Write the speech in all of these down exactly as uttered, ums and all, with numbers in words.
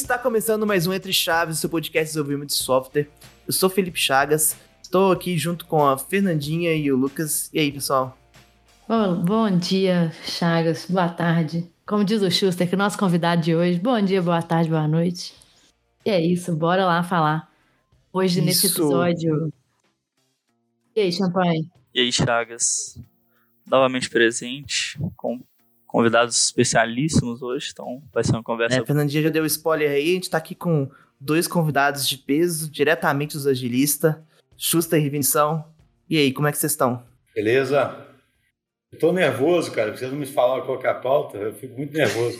Está começando mais um Entre Chaves, seu podcast de desenvolvimento de software. Eu sou Felipe Chagas, estou aqui junto com a Fernandinha e o Lucas. E aí, pessoal? Bom, bom dia, Chagas. Boa tarde. Como diz o Schuster, que é o nosso convidado de hoje. Bom dia, boa tarde, boa noite. E é isso, bora lá falar. Hoje, isso. Nesse episódio... E aí, Champanhe? E aí, Chagas? Novamente presente, com convidados especialíssimos hoje, então vai ser uma conversa... É, a Fernandinha já deu spoiler aí, a gente tá aqui com dois convidados de peso, diretamente dos agilistas, Schuster e Vinção. E aí, como é que vocês estão? Beleza? Eu tô nervoso, cara, vocês não me falaram qual que é a pauta, eu fico muito nervoso.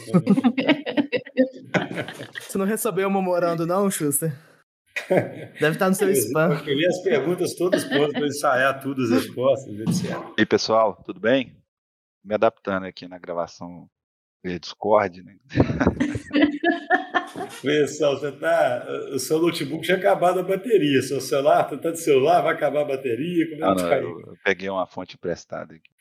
Você não recebeu o memorando não, Schuster? Deve estar no seu spam. Eu queria as perguntas todas prontas para ensaiar tudo, as respostas, etcétera. E aí, pessoal, tudo bem? Me adaptando aqui na gravação via Discord, né? Pessoal, você tá, o seu notebook já acabou a bateria, seu celular, você tá de celular, vai acabar a bateria, como é que tá aí? Eu, eu peguei uma fonte emprestada aqui.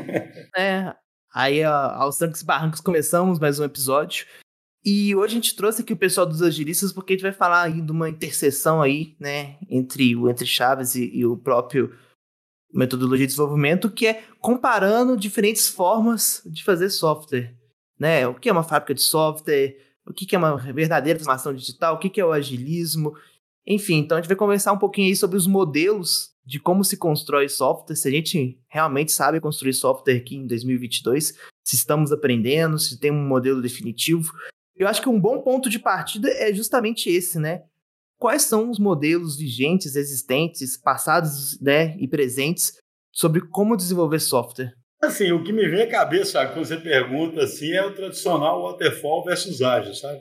É, aí aos trancos e barrancos começamos mais um episódio. E hoje a gente trouxe aqui o pessoal dos agilistas porque a gente vai falar aí de uma interseção aí, né, entre o Entre Chaves e, e o próprio metodologia de desenvolvimento, que é comparando diferentes formas de fazer software, né? O que é uma fábrica de software, o que é uma verdadeira transformação digital, o que é o agilismo, enfim. Então a gente vai conversar um pouquinho aí sobre os modelos de como se constrói software, se a gente realmente sabe construir software aqui em dois mil e vinte e dois, se estamos aprendendo, se tem um modelo definitivo. Eu acho que um bom ponto de partida é justamente esse, né? Quais são os modelos vigentes, existentes, passados, né, e presentes sobre como desenvolver software? Assim, o que me vem à cabeça, sabe, quando você pergunta assim, é o tradicional waterfall versus ágil, sabe?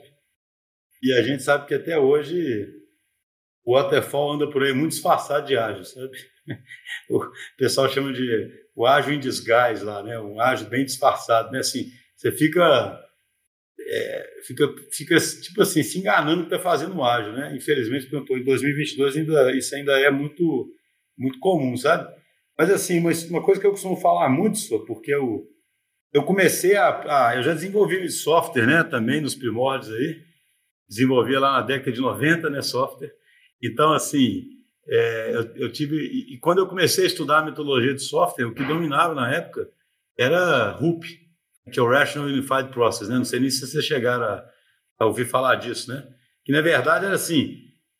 E a gente sabe que até hoje o waterfall anda por aí muito disfarçado de ágil, sabe? O pessoal chama de o ágil in disguise lá, né? Um ágil bem disfarçado, né? Assim, você fica... É, fica, fica, tipo assim, se enganando que está fazendo ágil, né? Infelizmente, em dois mil e vinte e dois ainda, isso ainda é muito, muito comum, sabe? Mas, assim, uma, uma coisa que eu costumo falar muito, só porque eu, eu comecei a, a... Eu já desenvolvi software, né? Também nos primórdios aí. Desenvolvia lá na década de noventa, né? Software. Então, assim, é, eu, eu tive... E, e quando eu comecei a estudar a metodologia de software, o que dominava na época era R U P, que é o Rational Unified Process, né? Não sei nem se vocês chegaram a, a ouvir falar disso, né? Que, na verdade, era assim,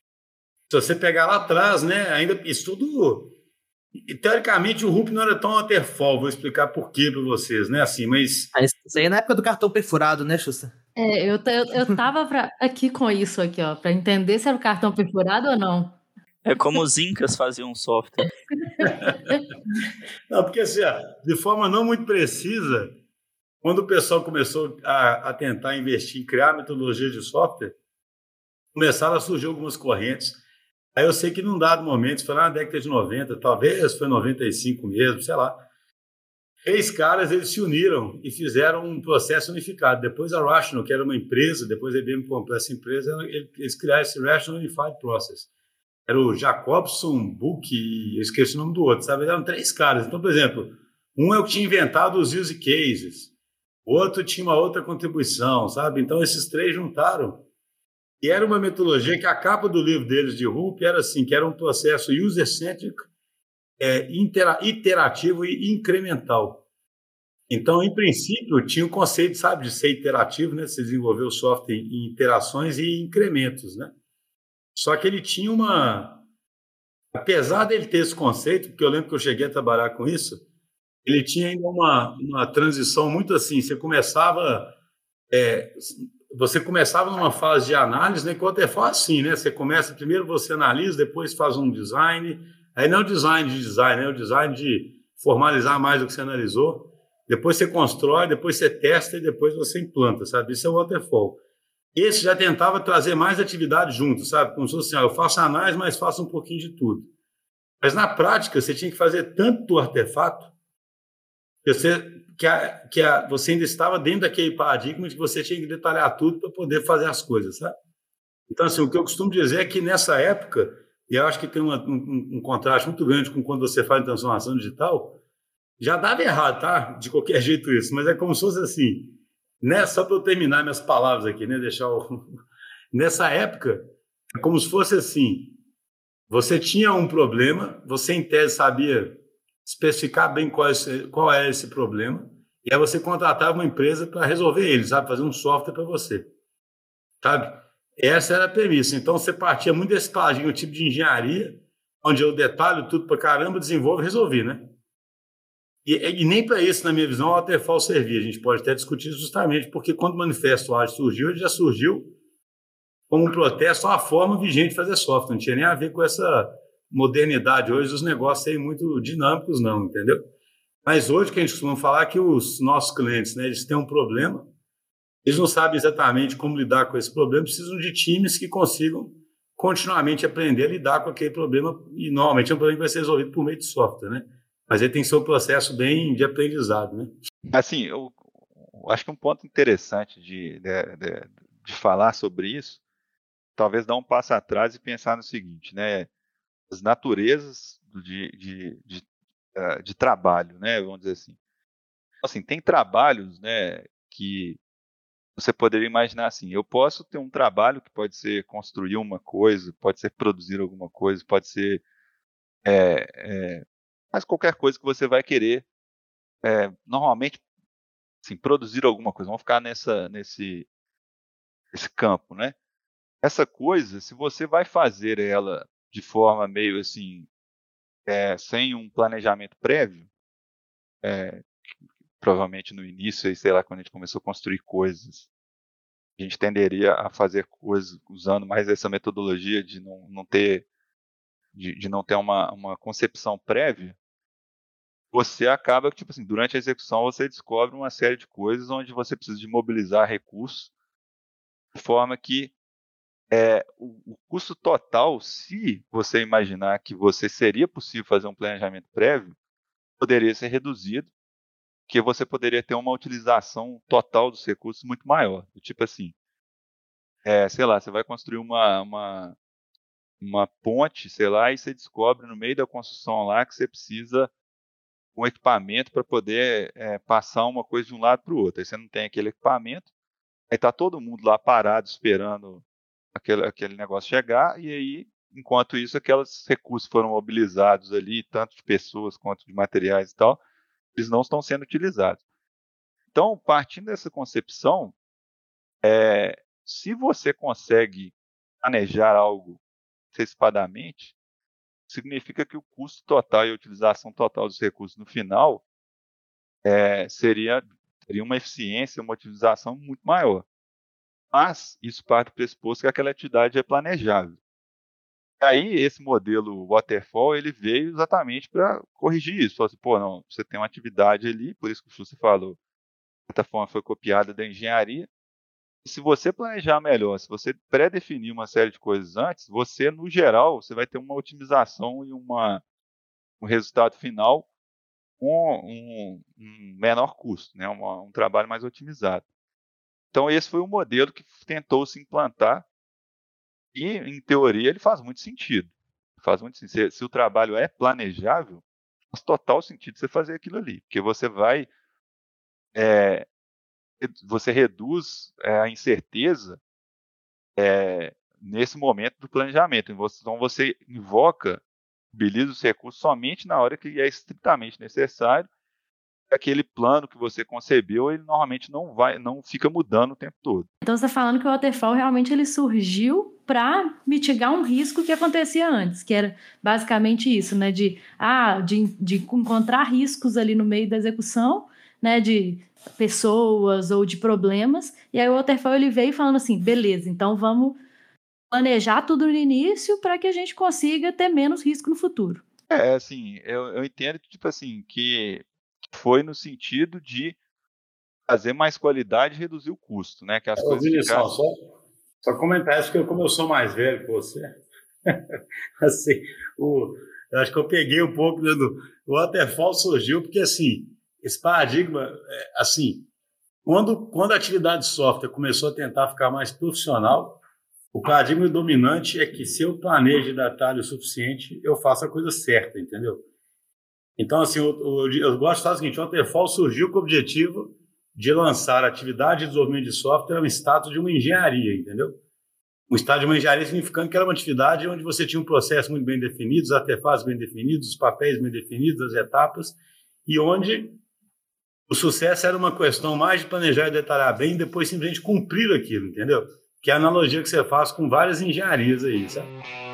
se você pegar lá atrás, né? Ainda isso tudo... E, teoricamente, o R U P não era tão waterfall, vou explicar por quê para vocês, né? Assim, mas... Isso aí é na época do cartão perfurado, né, Xuxa? É, eu, eu, eu tava pra, aqui com isso aqui, ó, para entender se era o cartão perfurado ou não. É como os incas faziam software. Não, porque, assim, ó, de forma não muito precisa... Quando o pessoal começou a, a tentar investir em criar metodologia de software, começaram a surgir algumas correntes. Aí eu sei que num dado momento, foi lá na década de noventa, talvez foi noventa e cinco mesmo, sei lá. Três caras, eles se uniram e fizeram um processo unificado. Depois a Rational, que era uma empresa, depois a I B M comprou essa empresa, eles criaram esse Rational Unified Process. Era o Jacobson, Book, eu esqueci o nome do outro, sabe? Eram três caras. Então, por exemplo, um é o que tinha inventado os use cases. O outro tinha uma outra contribuição, sabe? Então, esses três juntaram. E era uma metodologia que a capa do livro deles de R U P era assim, que era um processo user-centric, é, iterativo e incremental. Então, em princípio, tinha o conceito, sabe, de ser iterativo, né? Você desenvolver o software em interações e incrementos, né? Só que ele tinha uma... Apesar dele ter esse conceito, porque eu lembro que eu cheguei a trabalhar com isso, ele tinha ainda uma, uma transição muito assim, você começava, é, você começava numa fase de análise, né, que o waterfall é assim, né, você começa, primeiro você analisa, depois faz um design, aí não é o design de design, é o design de formalizar mais o que você analisou, depois você constrói, depois você testa e depois você implanta, sabe, isso é o waterfall. Esse já tentava trazer mais atividade junto, sabe, como se fosse assim, ó, eu faço análise, mas faço um pouquinho de tudo. Mas na prática, você tinha que fazer tanto artefato, Você, que, a, que a, você ainda estava dentro daquele paradigma de que você tinha que detalhar tudo para poder fazer as coisas, sabe? Então, assim, o que eu costumo dizer é que nessa época, e eu acho que tem uma, um, um contraste muito grande com quando você faz transformação digital, já dava errado, tá? De qualquer jeito isso, mas é como se fosse assim, né? Só para eu terminar minhas palavras aqui, né? Deixar o... Nessa época, é como se fosse assim, você tinha um problema, você em tese sabia especificar bem qual é esse, qual é esse problema, e aí você contratava uma empresa para resolver ele, sabe? Fazer um software para você, sabe? Essa era a premissa. Então, você partia muito desse página, o tipo de engenharia, onde eu detalho tudo para caramba, desenvolvo e resolvi, né? E, e nem para isso, na minha visão, o Waterfall servia. A gente pode até discutir justamente porque quando o Manifesto Ágil surgiu, ele já surgiu como um protesto à forma vigente de fazer software. Não tinha nem a ver com essa modernidade hoje dos negócios serem muito dinâmicos, não, entendeu? Mas hoje que a gente costuma falar é que os nossos clientes, né, eles têm um problema, eles não sabem exatamente como lidar com esse problema, precisam de times que consigam continuamente aprender a lidar com aquele problema, e normalmente é um problema que vai ser resolvido por meio de software, né? Mas ele tem que ser um processo bem de aprendizado, né? Assim, eu, eu acho que um ponto interessante de, de, de, de falar sobre isso, talvez dar um passo atrás e pensar no seguinte, né? As naturezas de, de, de, de, de trabalho, né? Vamos dizer assim. Assim, tem trabalhos, né, que você poderia imaginar assim, eu posso ter um trabalho que pode ser construir uma coisa, pode ser produzir alguma coisa, pode ser é, é, mas qualquer coisa que você vai querer, é, normalmente, assim, produzir alguma coisa, vamos ficar nessa, nesse, nesse campo, né? Essa coisa, se você vai fazer ela de forma meio assim, é, sem um planejamento prévio, é, provavelmente no início, aí, sei lá, quando a gente começou a construir coisas, a gente tenderia a fazer coisas usando mais essa metodologia de não, não ter, de, de não ter uma, uma concepção prévia. Você acaba, tipo assim, durante a execução você descobre uma série de coisas onde você precisa de mobilizar recursos de forma que é, o, o custo total, se você imaginar que você seria possível fazer um planejamento prévio, poderia ser reduzido, porque você poderia ter uma utilização total dos recursos muito maior. Tipo assim, é, sei lá, você vai construir uma, uma, uma ponte, sei lá, e você descobre no meio da construção lá que você precisa um equipamento para poder é, passar uma coisa de um lado para o outro. Aí você não tem aquele equipamento, aí está todo mundo lá parado esperando aquele, aquele negócio chegar, e aí, enquanto isso, aqueles recursos foram mobilizados ali, tanto de pessoas quanto de materiais e tal, eles não estão sendo utilizados. Então, partindo dessa concepção, é, se você consegue planejar algo antecipadamente, significa que o custo total e a utilização total dos recursos no final é, seria, teria uma eficiência, uma utilização muito maior. Mas isso parte do pressuposto que aquela atividade é planejável. E aí, esse modelo Waterfall, ele veio exatamente para corrigir isso. Falou assim, pô, não, você tem uma atividade ali, por isso que o Schuster falou, de certa forma foi copiada da engenharia. E se você planejar melhor, se você pré-definir uma série de coisas antes, você, no geral, você vai ter uma otimização e uma, um resultado final com um, um menor custo, né? Uma, um trabalho mais otimizado. Então, esse foi o modelo que tentou se implantar e, em teoria, ele faz muito sentido. Faz muito sentido. Se, se o trabalho é planejável, faz total sentido você fazer aquilo ali, porque você vai, é, você reduz é, a incerteza é, nesse momento do planejamento. Então, você invoca, mobiliza os recursos somente na hora que é estritamente necessário. Aquele plano que você concebeu, ele normalmente não vai, não fica mudando o tempo todo. Então você está falando que o Waterfall realmente ele surgiu para mitigar um risco que acontecia antes, que era basicamente isso, né, de, ah, de, de encontrar riscos ali no meio da execução, né, de pessoas ou de problemas, e aí o Waterfall ele veio falando assim, beleza, então vamos planejar tudo no início para que a gente consiga ter menos risco no futuro. É, assim, eu, eu entendo que, tipo assim, que foi no sentido de fazer mais qualidade e reduzir o custo, né? Que as Ô, coisas Vinicius, ficassem... só, só comentar isso, porque como eu sou mais velho que você, assim, o, eu acho que eu peguei um pouco né, do o Waterfall surgiu, porque assim, esse paradigma, é, assim, quando, quando a atividade de software começou a tentar ficar mais profissional, o paradigma dominante é que se eu planejo e detalhe o suficiente, eu faço a coisa certa, entendeu? Então, assim, eu, eu, eu gosto de falar o seguinte, o Waterfall surgiu com o objetivo de lançar a atividade de desenvolvimento de software ao status de uma engenharia, entendeu? Um estágio de uma engenharia significando que era uma atividade onde você tinha um processo muito bem definido, os artefatos bem definidos, os papéis bem definidos, as etapas, e onde o sucesso era uma questão mais de planejar e detalhar bem e depois simplesmente cumprir aquilo, entendeu? Que é a analogia que você faz com várias engenharias aí, sabe?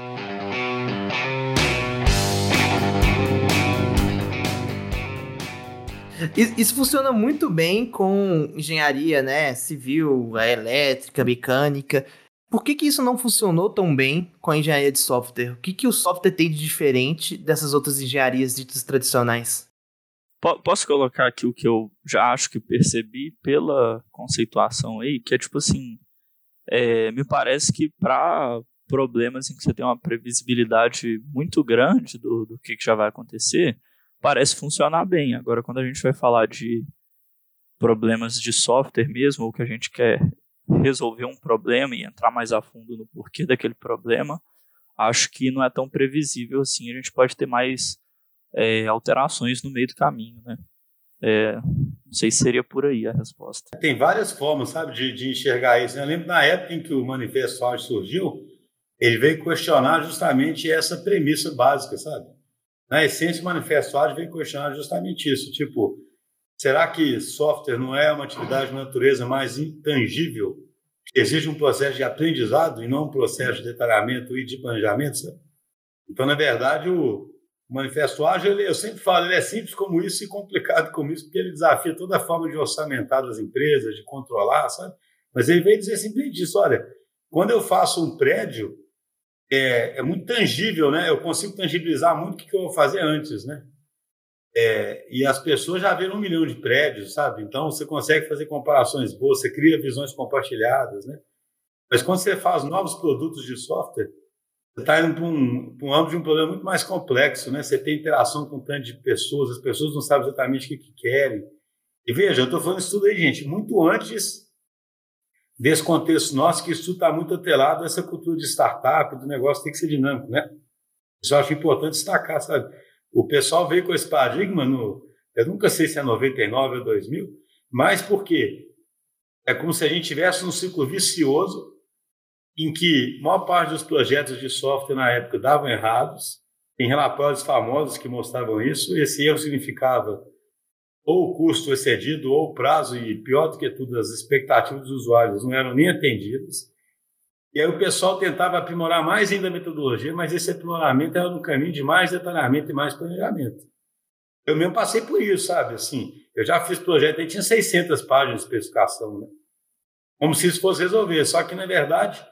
Isso funciona muito bem com engenharia, né? Civil, elétrica, mecânica. Por que que isso não funcionou tão bem com a engenharia de software? O que que o software tem de diferente dessas outras engenharias ditas tradicionais? Posso colocar aqui o que eu já acho que percebi pela conceituação aí, que é tipo assim, é, me parece que para problemas em que você tem uma previsibilidade muito grande do, do que, que já vai acontecer, parece funcionar bem. Agora, quando a gente vai falar de problemas de software mesmo, ou que a gente quer resolver um problema e entrar mais a fundo no porquê daquele problema, acho que não é tão previsível assim. A gente pode ter mais é, alterações no meio do caminho, né? É, não sei se seria por aí a resposta. Tem várias formas, sabe, de, de enxergar isso. Eu lembro na época em que o Manifesto Ágil surgiu, ele veio questionar justamente essa premissa básica, sabe? Na essência, o Manifesto Ágil veio questionar justamente isso. Tipo, será que software não é uma atividade de natureza mais intangível? Exige um processo de aprendizado e não um processo de detalhamento e de planejamento, sabe? Então, na verdade, o Manifesto Ágil, ele, eu sempre falo, ele é simples como isso e complicado como isso, porque ele desafia toda a forma de orçamentar das empresas, de controlar, sabe? Mas ele veio dizer simplesmente isso, olha, quando eu faço um prédio, é, é muito tangível, né? Eu consigo tangibilizar muito o que, que eu vou fazer antes, né? É, e as pessoas já viram um milhão de prédios, sabe? Então, você consegue fazer comparações boas, você cria visões compartilhadas, né? Mas quando você faz novos produtos de software, você está indo para um, para um âmbito de um problema muito mais complexo, né? Você tem interação com um tanto de pessoas, as pessoas não sabem exatamente o que, que querem. E veja, eu estou falando isso tudo aí, gente, muito antes desse contexto nosso, que isso tudo está muito atrelado a essa cultura de startup, do negócio tem que ser dinâmico, né? Isso eu acho importante destacar, sabe? O pessoal veio com esse paradigma, no, eu nunca sei se é noventa e nove ou dois mil, mas por quê? É como se a gente tivesse um ciclo vicioso em que a maior parte dos projetos de software na época davam errados, tem relatórios famosos que mostravam isso, esse erro significava ou o custo excedido, ou o prazo, e pior do que tudo, as expectativas dos usuários não eram nem atendidas. E aí o pessoal tentava aprimorar mais ainda a metodologia, mas esse aprimoramento era no caminho de mais detalhamento e mais planejamento. Eu mesmo passei por isso, sabe? Assim, eu já fiz projeto aí, tinha seiscentas páginas de especificação, né? Como se isso fosse resolver, só que, na verdade,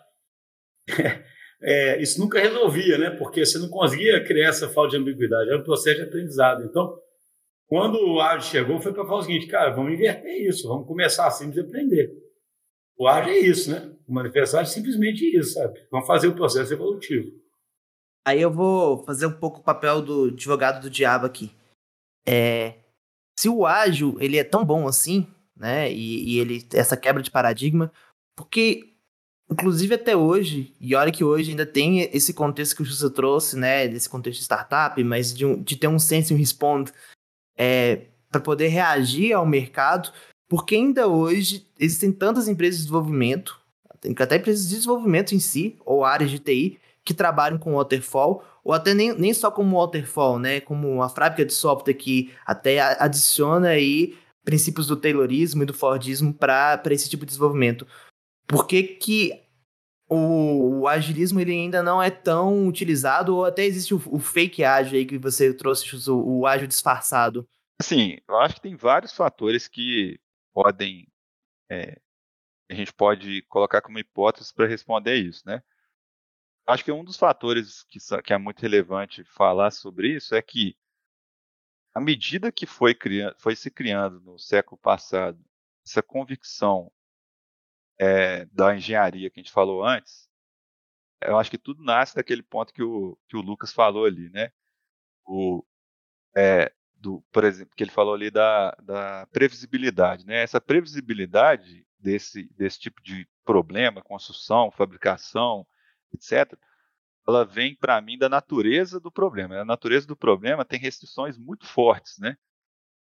é, isso nunca resolvia, né? Porque você não conseguia criar essa falta de ambiguidade, era um processo de aprendizado. Então, quando o Ágil chegou, foi para falar o seguinte, cara, vamos inverter isso, vamos começar assim de aprender. O Ágil é isso, né? O Manifesto Ágil é simplesmente isso, sabe? Vamos fazer o processo evolutivo. Aí eu vou fazer um pouco o papel do advogado do diabo aqui. É, se o ágil, ele é tão bom assim, né, e, e ele, essa quebra de paradigma, porque, inclusive até hoje, e olha que hoje ainda tem esse contexto que o Jussa trouxe, né, desse contexto de startup, mas de, um, de ter um sense and respond é, para poder reagir ao mercado, porque ainda hoje existem tantas empresas de desenvolvimento, tem até empresas de desenvolvimento em si, ou áreas de T I, que trabalham com waterfall, ou até nem, nem só como waterfall, né? Como uma fábrica de software que até adiciona aí princípios do Taylorismo e do Fordismo para esse tipo de desenvolvimento. Por que que o, o agilismo ele ainda não é tão utilizado, ou até existe o, o fake ágil aí que você trouxe, o, o ágil disfarçado? Assim, eu acho que tem vários fatores que podem, é, a gente pode colocar como hipótese para responder isso, né? Acho que um dos fatores que, que é muito relevante falar sobre isso é que, à medida que foi, criando, foi se criando no século passado essa convicção é, da engenharia que a gente falou antes, eu acho que tudo nasce daquele ponto que o, que o Lucas falou ali, né? O, é, do, por exemplo, que ele falou ali da, da previsibilidade, né? Essa previsibilidade desse, desse tipo de problema, construção, fabricação, etcétera, ela vem, para mim, da natureza do problema. A natureza do problema tem restrições muito fortes, né?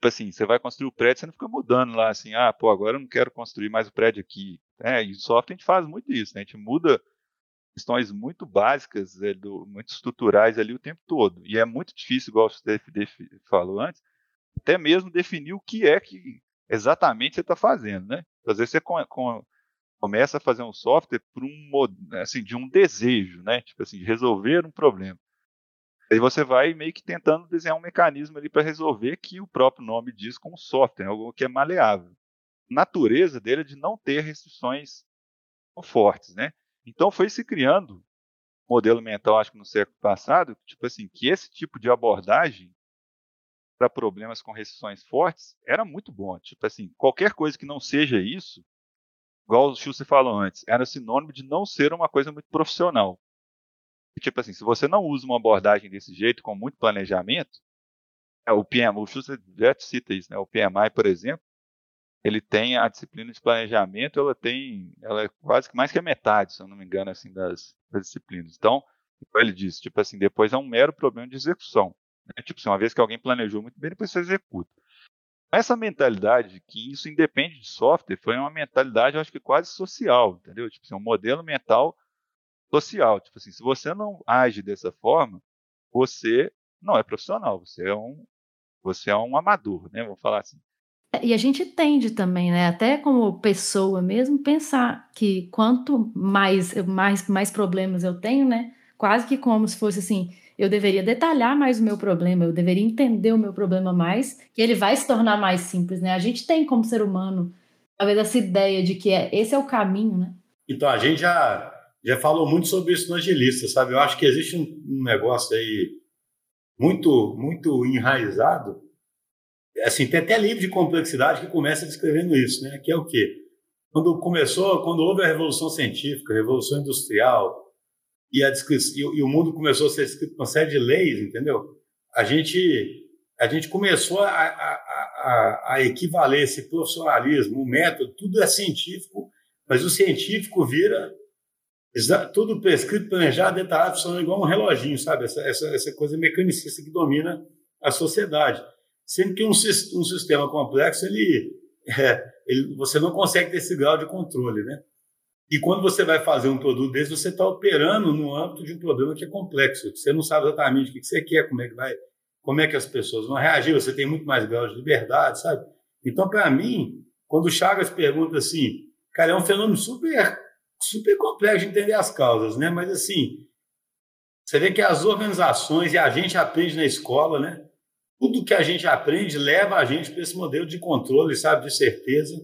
Tipo assim, você vai construir o prédio, você não fica mudando lá assim, ah, pô, agora eu não quero construir mais o prédio aqui. É, e software a gente faz muito isso, né? A gente muda questões muito básicas, é, do, muito estruturais ali o tempo todo. E é muito difícil, igual você falou antes, até mesmo definir o que é que exatamente você está fazendo, né? Às vezes você com, com, começa a fazer um software por um, assim, de um desejo, né? Tipo assim, de resolver um problema. Aí você vai meio que tentando desenhar um mecanismo ali para resolver, que o próprio nome diz como software, algo que é maleável. A natureza dele é de não ter restrições tão fortes, né? Então foi se criando um modelo mental, acho que no século passado, tipo assim, que esse tipo de abordagem para problemas com restrições fortes era muito bom. Tipo assim, qualquer coisa que não seja isso, igual o Schuster falou antes, era sinônimo de não ser uma coisa muito profissional. Tipo assim, se você não usa uma abordagem desse jeito, com muito planejamento, é, o P M, o Schuster já cita isso, né? O P M I, por exemplo, ele tem a disciplina de planejamento, ela tem, ela é quase que mais que a metade, se eu não me engano, assim, das, das disciplinas. Então, como ele disse, tipo assim, depois é um mero problema de execução. Né? Tipo assim, uma vez que alguém planejou muito bem, depois você executa. Essa mentalidade, que isso independe de software, foi uma mentalidade, eu acho que quase social, entendeu? Tipo assim, um modelo mental social. Tipo assim, se você não age dessa forma, você não é profissional, você é um, você é um amador, né? Vamos falar assim. E a gente tende também, né, até como pessoa mesmo, pensar que quanto mais, mais, mais problemas eu tenho, né, quase que como se fosse assim, eu deveria detalhar mais o meu problema, eu deveria entender o meu problema mais, que ele vai se tornar mais simples, né? A gente tem como ser humano, talvez essa ideia de que é, esse é o caminho, né? Então, a gente já, já falou muito sobre isso no Agilista, sabe? Eu acho que existe um, um negócio aí muito, muito enraizado. Assim, tem até livro de complexidade que começa descrevendo isso, né? Que é o quê? Quando começou, quando houve a Revolução Científica, a Revolução Industrial, e, a e, e o mundo começou a ser escrito com uma série de leis, entendeu? A gente, a gente começou a, a, a, a equivaler esse profissionalismo, o método, tudo é científico, mas o científico vira tudo prescrito, planejado, detalhado, funcionando igual um reloginho, sabe? Essa, essa, essa coisa mecanicista que domina a sociedade. Sendo que um, um sistema complexo, ele, é, ele, você não consegue ter esse grau de controle, né? E quando você vai fazer um produto desse, você está operando no âmbito de um problema que é complexo. Você não sabe exatamente o que você quer, como é que vai, como é que as pessoas vão reagir. Você tem muito mais grau de liberdade, sabe? Então, para mim, quando o Chagas pergunta assim, cara, é um fenômeno super, super complexo de entender as causas, né? Mas assim, você vê que as organizações e a gente aprende na escola, né? Tudo que a gente aprende leva a gente para esse modelo de controle, sabe, de certeza.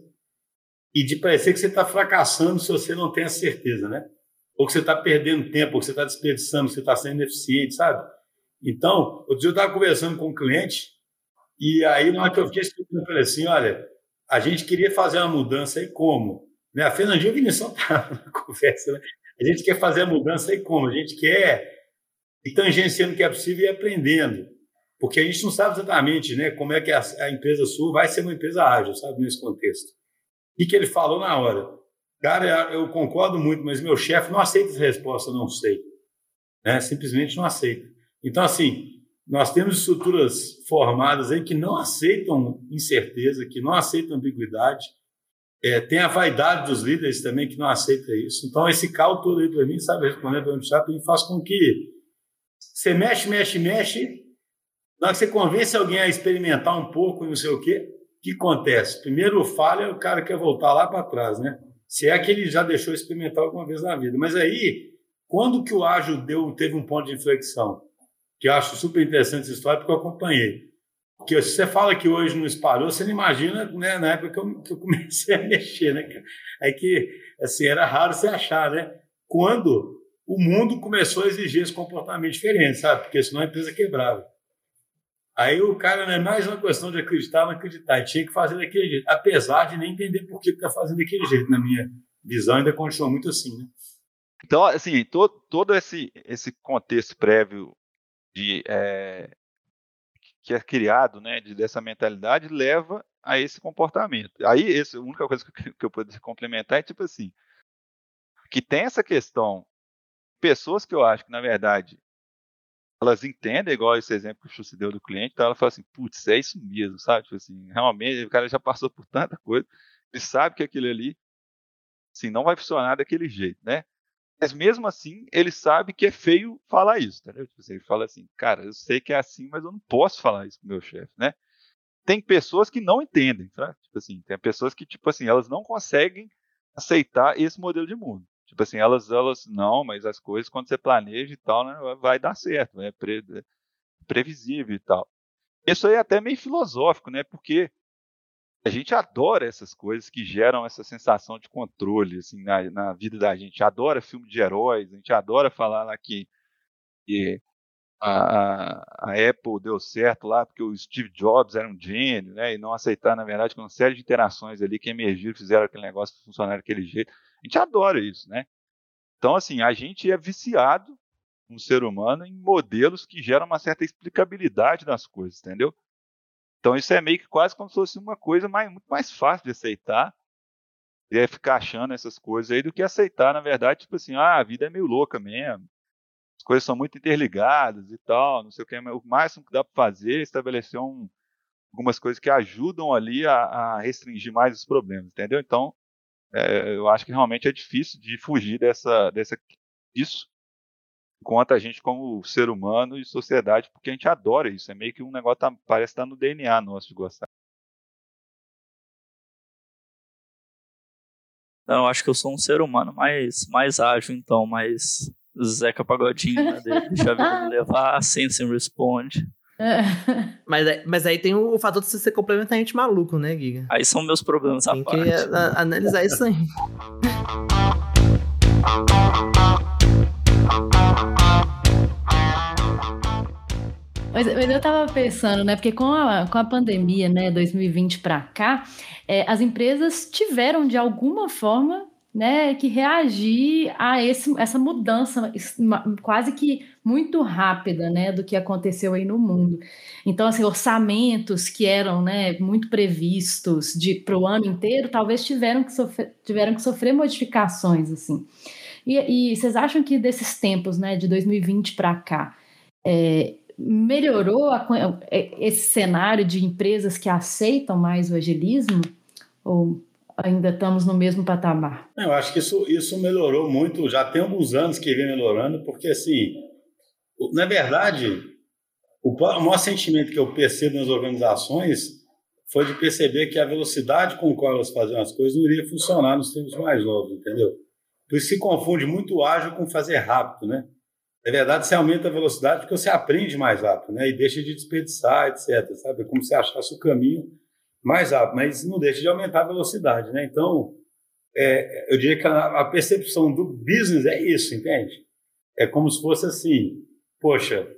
E de parecer que você está fracassando se você não tem a certeza, né? Ou que você está perdendo tempo, ou que você está desperdiçando, que você está sendo ineficiente, sabe? Então, outro dia eu estava conversando com um cliente, e aí, na hora que eu fiquei explicando para ele assim, olha, a gente queria fazer uma mudança, e como? Né? A Fernandinha e o Vinição estavam na conversa, né? A gente quer fazer a mudança, e como? A gente quer ir tangenciando o que é possível e aprendendo. Porque a gente não sabe exatamente, né, como é que a, a empresa sua vai ser uma empresa ágil, sabe, nesse contexto. E que ele falou na hora, cara, eu concordo muito, mas meu chefe não aceita essa resposta, não sei. Né? Simplesmente não aceita. Então, assim, nós temos estruturas formadas aí que não aceitam incerteza, que não aceitam ambiguidade. É, tem a vaidade dos líderes também que não aceita isso. Então, esse caos todo aí para mim, sabe, respondendo para o chat, faz com que você mexe, mexe, mexe. Na hora que você convence alguém a experimentar um pouco, não sei o quê, o que acontece? Primeiro falha, o cara quer voltar lá para trás, né? Se é que ele já deixou experimentar alguma vez na vida. Mas aí, quando que o ágil deu, teve um ponto de inflexão? Que eu acho super interessante essa história, porque eu acompanhei. Porque se você fala que hoje não espalhou, você não imagina, né, na época que eu, que eu comecei a mexer, né? Aí que, assim, era raro você achar, né? Quando o mundo começou a exigir esse comportamento diferente, sabe? Porque senão a empresa quebrava. Aí o cara não é mais uma questão de acreditar ou não acreditar, tinha que fazer daquele jeito, apesar de nem entender por que está fazendo daquele jeito, na minha visão, ainda continua muito assim, né? Então, assim, todo, todo esse, esse contexto prévio de, é, que é criado, né, de, dessa mentalidade, leva a esse comportamento. Aí, esse, a única coisa que, que eu poderia complementar é, tipo assim, que tem essa questão, pessoas que eu acho que, na verdade, elas entendem, igual esse exemplo que o Chu deu do cliente, então ela fala assim, putz, é isso mesmo, sabe? Tipo assim, realmente, o cara já passou por tanta coisa, ele sabe que aquilo ali, assim, não vai funcionar daquele jeito, né? Mas mesmo assim, ele sabe que é feio falar isso, entendeu? Tipo assim, ele fala assim, cara, eu sei que é assim, mas eu não posso falar isso pro meu chefe, né? Tem pessoas que não entendem, sabe? Tipo assim, tem pessoas que, tipo assim, elas não conseguem aceitar esse modelo de mundo. Tipo assim, elas, elas, não, mas as coisas, quando você planeja e tal, né, vai dar certo, é pre, previsível e tal. Isso aí é até meio filosófico, né? Porque a gente adora essas coisas que geram essa sensação de controle, assim, na, na vida da gente. Adora filme de heróis, a gente adora falar lá que, que a, a, a Apple deu certo lá porque o Steve Jobs era um gênio, né? E não aceitar, na verdade, com uma série de interações ali que emergiram, fizeram aquele negócio funcionar daquele jeito. A gente adora isso, né? Então, assim, a gente é viciado, um ser humano, em modelos que geram uma certa explicabilidade das coisas, entendeu? Então, isso é meio que quase como se fosse uma coisa mais, muito mais fácil de aceitar, e é ficar achando essas coisas aí, do que aceitar, na verdade, tipo assim, ah, a vida é meio louca mesmo, as coisas são muito interligadas e tal, não sei o que, mas o máximo que dá para fazer é estabelecer um, algumas coisas que ajudam ali a, a restringir mais os problemas, entendeu? Então, é, eu acho que realmente é difícil de fugir dessa, dessa, disso, enquanto a gente como ser humano e sociedade, porque a gente adora isso, é meio que um negócio, tá, parece estar no D N A nosso de gostar. Não, eu acho que eu sou um ser humano mais, mais ágil, então, mais Zeca Pagodinho, né? Deixa a vida me levar, sense and responde. Mas, mas aí tem o, o fator de você ser completamente maluco, né, Giga? Aí são meus problemas à tem parte. Tem que a, analisar isso aí. Mas, mas eu tava pensando, né? Porque com a, com a pandemia, né, dois mil e vinte para cá, é, as empresas tiveram de alguma forma, né, que reagir a esse, essa mudança quase que muito rápida, né, do que aconteceu aí no mundo. Então, assim, orçamentos que eram, né, muito previstos para o ano inteiro, talvez tiveram que sofrer, tiveram que sofrer modificações, assim. E, e vocês acham que desses tempos, né, de dois mil e vinte para cá, é, melhorou a, esse cenário de empresas que aceitam mais o agilismo? Ou ainda estamos no mesmo patamar? Eu acho que isso, isso melhorou muito, já tem alguns anos que vem melhorando, porque, assim, na verdade, o maior sentimento que eu percebo nas organizações foi de perceber que a velocidade com qual elas faziam as coisas não iria funcionar nos tempos mais novos, entendeu? Por isso se confunde muito ágil com fazer rápido, né? Na verdade, você aumenta a velocidade porque você aprende mais rápido, né? E deixa de desperdiçar, etcétera. Sabe? É como se achasse o caminho mais rápido, mas não deixa de aumentar a velocidade, né? Então, é, eu diria que a, a percepção do business é isso, entende? É como se fosse assim, poxa,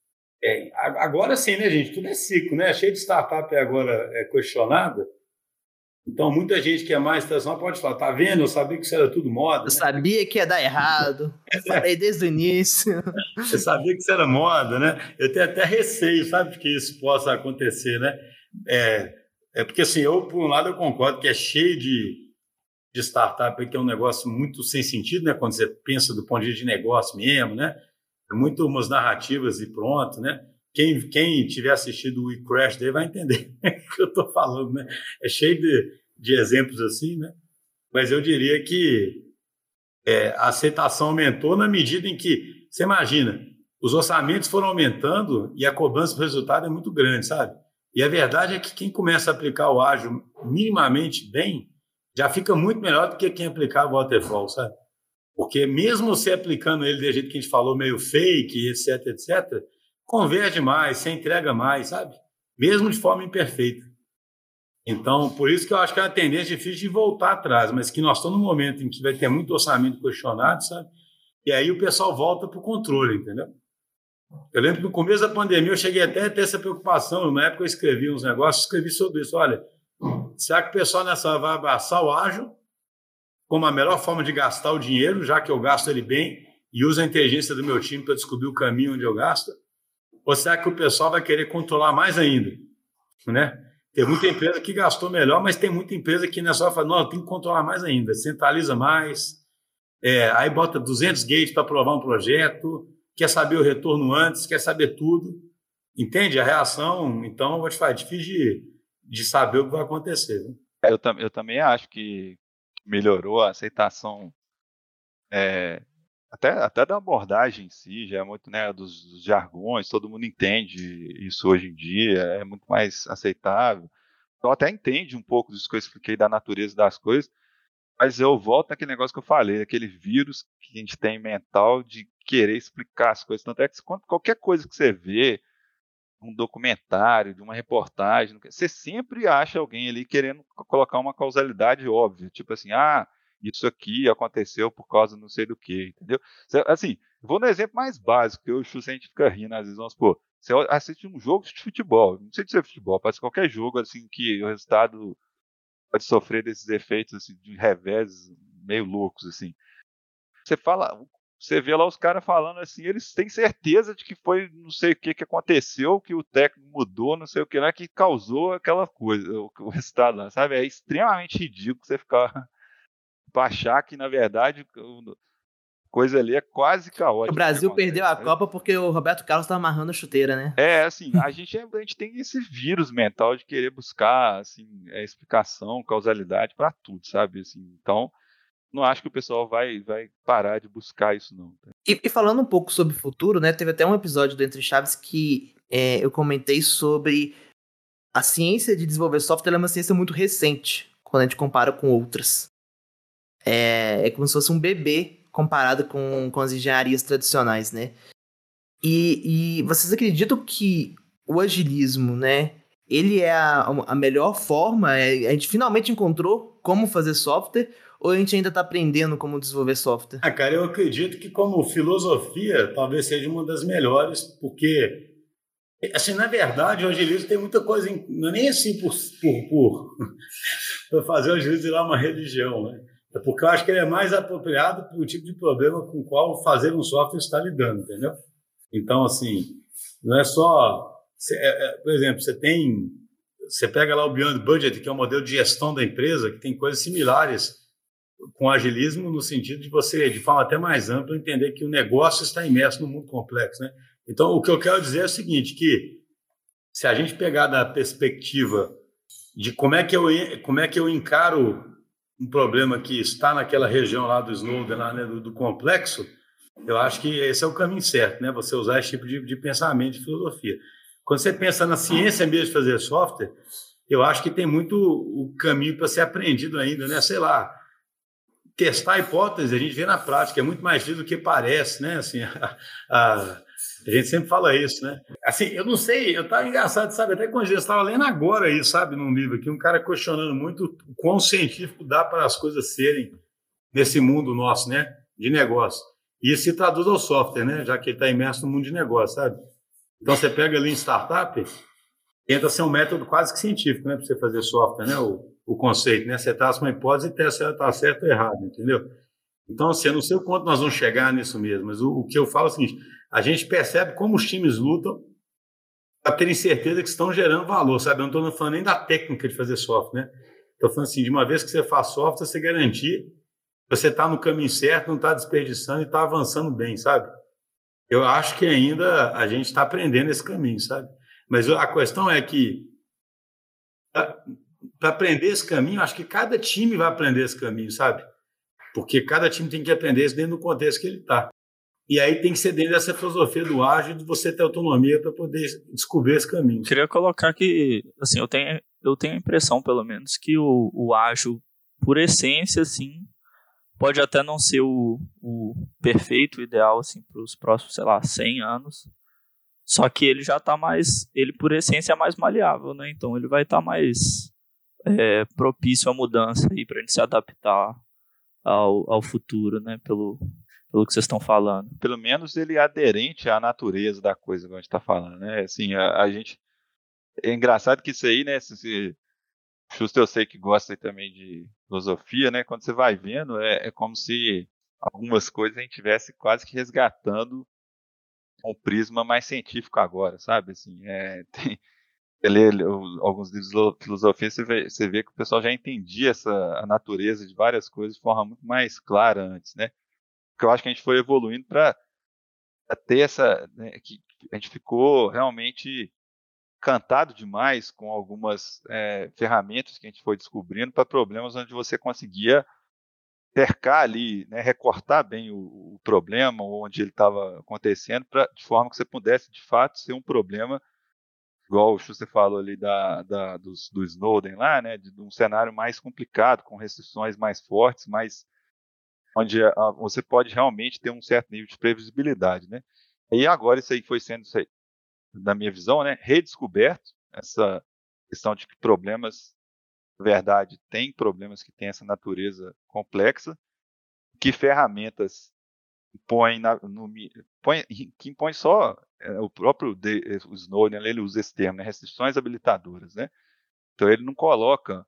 é, agora sim, né, gente? Tudo é ciclo, né? Cheio de startup agora é questionada. Então, muita gente que é mais tradicional pode falar, tá vendo? Eu sabia que isso era tudo moda. Eu né? sabia que ia dar errado. Eu falei desde o início. Eu sabia que isso era moda, né? Eu tenho até receio, sabe, de que isso possa acontecer, né? É, é porque, assim, eu, por um lado, eu concordo que é cheio de, de startup que é um negócio muito sem sentido, né? Quando você pensa do ponto de vista de negócio mesmo, né? É muito umas narrativas e pronto, né? Quem, quem tiver assistido o Crash Day vai entender o que eu estou falando, né? É cheio de, de exemplos assim, né? Mas eu diria que é, a aceitação aumentou na medida em que, você imagina, os orçamentos foram aumentando e a cobrança do resultado é muito grande, sabe? E a verdade é que quem começa a aplicar o ágil minimamente bem, já fica muito melhor do que quem aplicava o waterfall, sabe? Porque mesmo você aplicando ele do jeito que a gente falou, meio fake, etc, etcétera, converge mais, você entrega mais, sabe? Mesmo de forma imperfeita. Então, por isso que eu acho que é uma tendência difícil de voltar atrás, mas que nós estamos num momento em que vai ter muito orçamento questionado, sabe? E aí o pessoal volta para o controle, entendeu? Eu lembro que no começo da pandemia eu cheguei até a ter essa preocupação, na época eu escrevi uns negócios, escrevi sobre isso, olha, será que o pessoal nessa hora vai abraçar o ágil como a melhor forma de gastar o dinheiro, já que eu gasto ele bem e uso a inteligência do meu time para descobrir o caminho onde eu gasto? Ou será que o pessoal vai querer controlar mais ainda? Né? Tem muita empresa que gastou melhor, mas tem muita empresa que nessa hora fala, não, tem que controlar mais ainda, centraliza mais, é, aí bota duzentos gates para aprovar um projeto, quer saber o retorno antes, quer saber tudo. Entende? A reação, então, vou te falar, é difícil de, de saber o que vai acontecer. Né? Eu, tam, eu também acho que melhorou a aceitação, é, até, até da abordagem em si, já é muito, né, dos, dos jargões, todo mundo entende isso hoje em dia, é muito mais aceitável. Então até entende um pouco disso que eu expliquei da natureza das coisas, mas eu volto naquele negócio que eu falei, aquele vírus que a gente tem mental de querer explicar as coisas. Tanto é que qualquer coisa que você vê, um documentário, de uma reportagem, você sempre acha alguém ali querendo colocar uma causalidade óbvia, tipo assim, ah, isso aqui aconteceu por causa não sei do que, entendeu? Assim, vou no exemplo mais básico, que eu e o Chu, a gente fica rindo às vezes, vamos supor, você assiste um jogo de futebol, não sei se é futebol, pode ser qualquer jogo, assim, que o resultado pode sofrer desses efeitos, assim, de revés meio loucos, assim. Você fala... Você vê lá os caras falando assim, eles têm certeza de que foi não sei o que que aconteceu, que o técnico mudou, não sei o que lá, que causou aquela coisa, o, o resultado lá, sabe? É extremamente ridículo você ficar pra achar que, na verdade, a coisa ali é quase caótica. O Brasil perdeu a Copa porque o Roberto Carlos tá amarrando a chuteira, né? É, assim, a gente, a gente tem esse vírus mental de querer buscar, assim, é, explicação, causalidade pra tudo, sabe? Assim, então... Não acho que o pessoal vai, vai parar de buscar isso, não. E, e falando um pouco sobre o futuro, né? Teve até um episódio do Entre Chaves que é, eu comentei sobre a ciência de desenvolver software. Ela é uma ciência muito recente, quando a gente compara com outras. É, é como se fosse um bebê comparado com, com as engenharias tradicionais, né? E, e vocês acreditam que o agilismo, né? Ele é a, a melhor forma? É, a gente finalmente encontrou como fazer software? Ou a gente ainda está aprendendo como desenvolver software? Ah, cara, eu acredito que como filosofia talvez seja uma das melhores, porque, assim, na verdade, o agilismo tem muita coisa, em, não é nem assim por, por, por, por fazer o agilismo virar uma religião, né? É porque eu acho que ele é mais apropriado para o tipo de problema com o qual fazer um software está lidando, entendeu? Então, assim, não é só... Cê, é, por exemplo, você tem... Você pega lá o Beyond Budget, que é um modelo de gestão da empresa, que tem coisas similares com agilismo no sentido de você, de forma até mais ampla, entender que o negócio está imerso no mundo complexo, né? Então, o que eu quero dizer é o seguinte, que se a gente pegar da perspectiva de como é que eu, como é que eu encaro um problema que está naquela região lá do Snowden, lá, né, do, do complexo, eu acho que esse é o caminho certo, né? Você usar esse tipo de, de pensamento, de filosofia. Quando você pensa na ciência mesmo de fazer software, eu acho que tem muito o caminho para ser aprendido ainda, né? Sei lá, testar a hipótese, a gente vê na prática, é muito mais difícil do que parece, né? Assim, a, a, a gente sempre fala isso, né? Assim, eu não sei, eu estava engraçado, sabe? Até quando eu estava lendo agora aí, sabe, num livro aqui, um cara questionando muito o quão científico dá para as coisas serem nesse mundo nosso, né? De negócio. E isso se traduz ao software, né? Já que ele está imerso no mundo de negócio, sabe? Então, você pega ali em startup, tenta ser um método quase que científico, né? Para você fazer software, né? O, o conceito, né? Você traça uma hipótese e testa se ela está certa ou errada, entendeu? Então, assim, eu não sei o quanto nós vamos chegar nisso mesmo, mas o, o que eu falo é o seguinte, a gente percebe como os times lutam para terem certeza que estão gerando valor, sabe? Eu não estou falando nem da técnica de fazer software, né? Estou falando assim, de uma vez que você faz software, você garantir que você está no caminho certo, não está desperdiçando e está avançando bem, sabe? Eu acho que ainda a gente está aprendendo esse caminho, sabe? Mas a questão é que para aprender esse caminho, acho que cada time vai aprender esse caminho, sabe? Porque cada time tem que aprender isso dentro do contexto que ele está. E aí tem que ser dentro dessa filosofia do ágil, de você ter autonomia para poder descobrir esse caminho. Queria colocar que, assim, eu tenho, eu tenho a impressão, pelo menos, que o, o ágil, por essência, assim, pode até não ser o, o perfeito, o ideal, assim, para os próximos, sei lá, cem anos. Só que ele já está mais, ele por essência é mais maleável, né? Então ele vai estar tá mais é, propício à mudança aí para a gente se adaptar ao, ao futuro, né? Pelo, pelo que vocês estão falando. Pelo menos ele é aderente à natureza da coisa que a gente está falando, né? Assim, a, a gente... É engraçado que isso aí, né? Se, se... Justo eu sei que gosta também de filosofia, né? Quando você vai vendo, é, é como se algumas coisas a gente estivesse quase que resgatando um prisma mais científico agora, sabe? Assim, é, tem, você lê alguns livros de filosofia, você vê, você vê que o pessoal já entendia essa, a natureza de várias coisas de forma muito mais clara antes, né? Porque eu acho que a gente foi evoluindo para a ter essa, né, que a gente ficou realmente encantado demais com algumas é, ferramentas que a gente foi descobrindo para problemas onde você conseguia cercar ali, né, recortar bem o, o problema, onde ele estava acontecendo, pra, de forma que você pudesse, de fato, ser um problema, igual o Schuster falou ali da, da, do, do Snowden lá, né, de, de um cenário mais complicado, com restrições mais fortes, mais, onde a, você pode realmente ter um certo nível de previsibilidade, né. E agora isso aí foi sendo, na minha visão, né, redescoberto, essa questão de que problemas, na verdade, tem problemas que têm essa natureza complexa, que ferramentas põem na, no, põe, que impõe só é, o próprio de, o Snowden, ele usa esse termo, né, restrições habilitadoras, né? Então ele não coloca